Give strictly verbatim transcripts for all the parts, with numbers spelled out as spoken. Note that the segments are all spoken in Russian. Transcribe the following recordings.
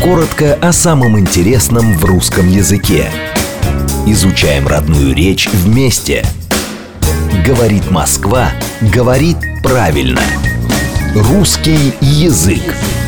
Коротко о самом интересном в русском языке. Изучаем родную речь вместе. Говорит Москва, говорит правильно. Русский язык.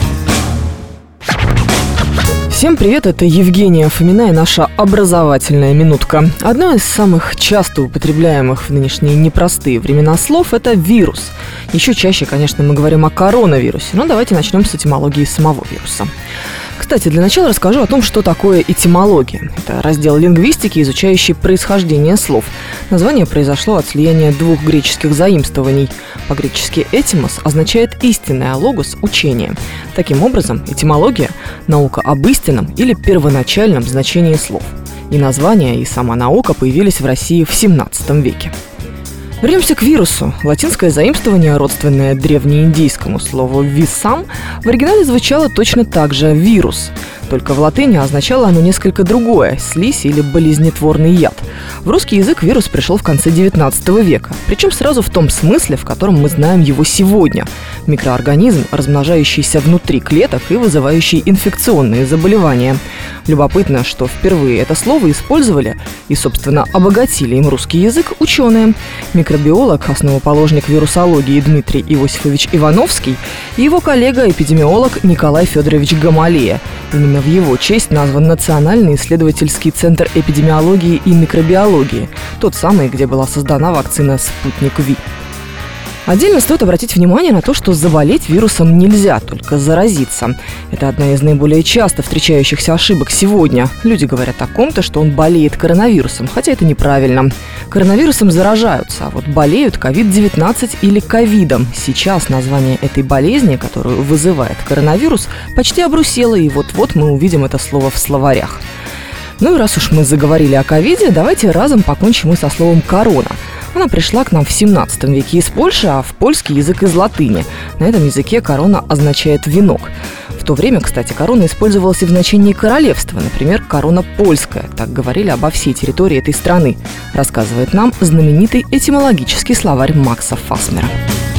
Всем привет, это Евгения Фомина и наша образовательная минутка. Одно из самых часто употребляемых в нынешние непростые времена слов – это вирус. Еще чаще, конечно, мы говорим о коронавирусе, но давайте начнем с этимологии самого вируса. Кстати, для начала расскажу о том, что такое этимология. Это раздел лингвистики, изучающий происхождение слов. Название произошло от слияния двух греческих заимствований. По-гречески «этимос» означает «истинное», а «логос» – «учение». Таким образом, этимология – наука об истинном или первоначальном значении слов. И название, и сама наука появились в России в семнадцатом веке. Вернемся к вирусу. Латинское заимствование, родственное древнеиндийскому слову «висам», в оригинале звучало точно так же «вирус». Только в латыни означало оно несколько другое – слизь или болезнетворный яд. В русский язык вирус пришел в конце девятнадцатого века, причем сразу в том смысле, в котором мы знаем его сегодня. Микроорганизм, размножающийся внутри клеток и вызывающий инфекционные заболевания. Любопытно, что впервые это слово использовали и, собственно, обогатили им русский язык ученые. Микробиолог, основоположник вирусологии Дмитрий Иосифович Ивановский и его коллега-эпидемиолог Николай Федорович Гамалея. Именно в его честь назван Национальный исследовательский центр эпидемиологии и микробиологии, тот самый, где была создана вакцина «Спутник Ви». Отдельно стоит обратить внимание на то, что заболеть вирусом нельзя, только заразиться. Это одна из наиболее часто встречающихся ошибок сегодня. Люди говорят о ком-то, что он болеет коронавирусом, хотя это неправильно. Коронавирусом заражаются, а вот болеют ковид девятнадцать или ковидом. Сейчас название этой болезни, которую вызывает коронавирус, почти обрусело, и вот-вот мы увидим это слово в словарях. Ну и раз уж мы заговорили о ковиде, давайте разом покончим и со словом «корона». Она пришла к нам в семнадцатом веке из Польши, а в польский язык из латыни. На этом языке корона означает «венок». В то время, кстати, корона использовалась и в значении королевства, например, корона польская. Так говорили обо всей территории этой страны, рассказывает нам знаменитый этимологический словарь Макса Фасмера.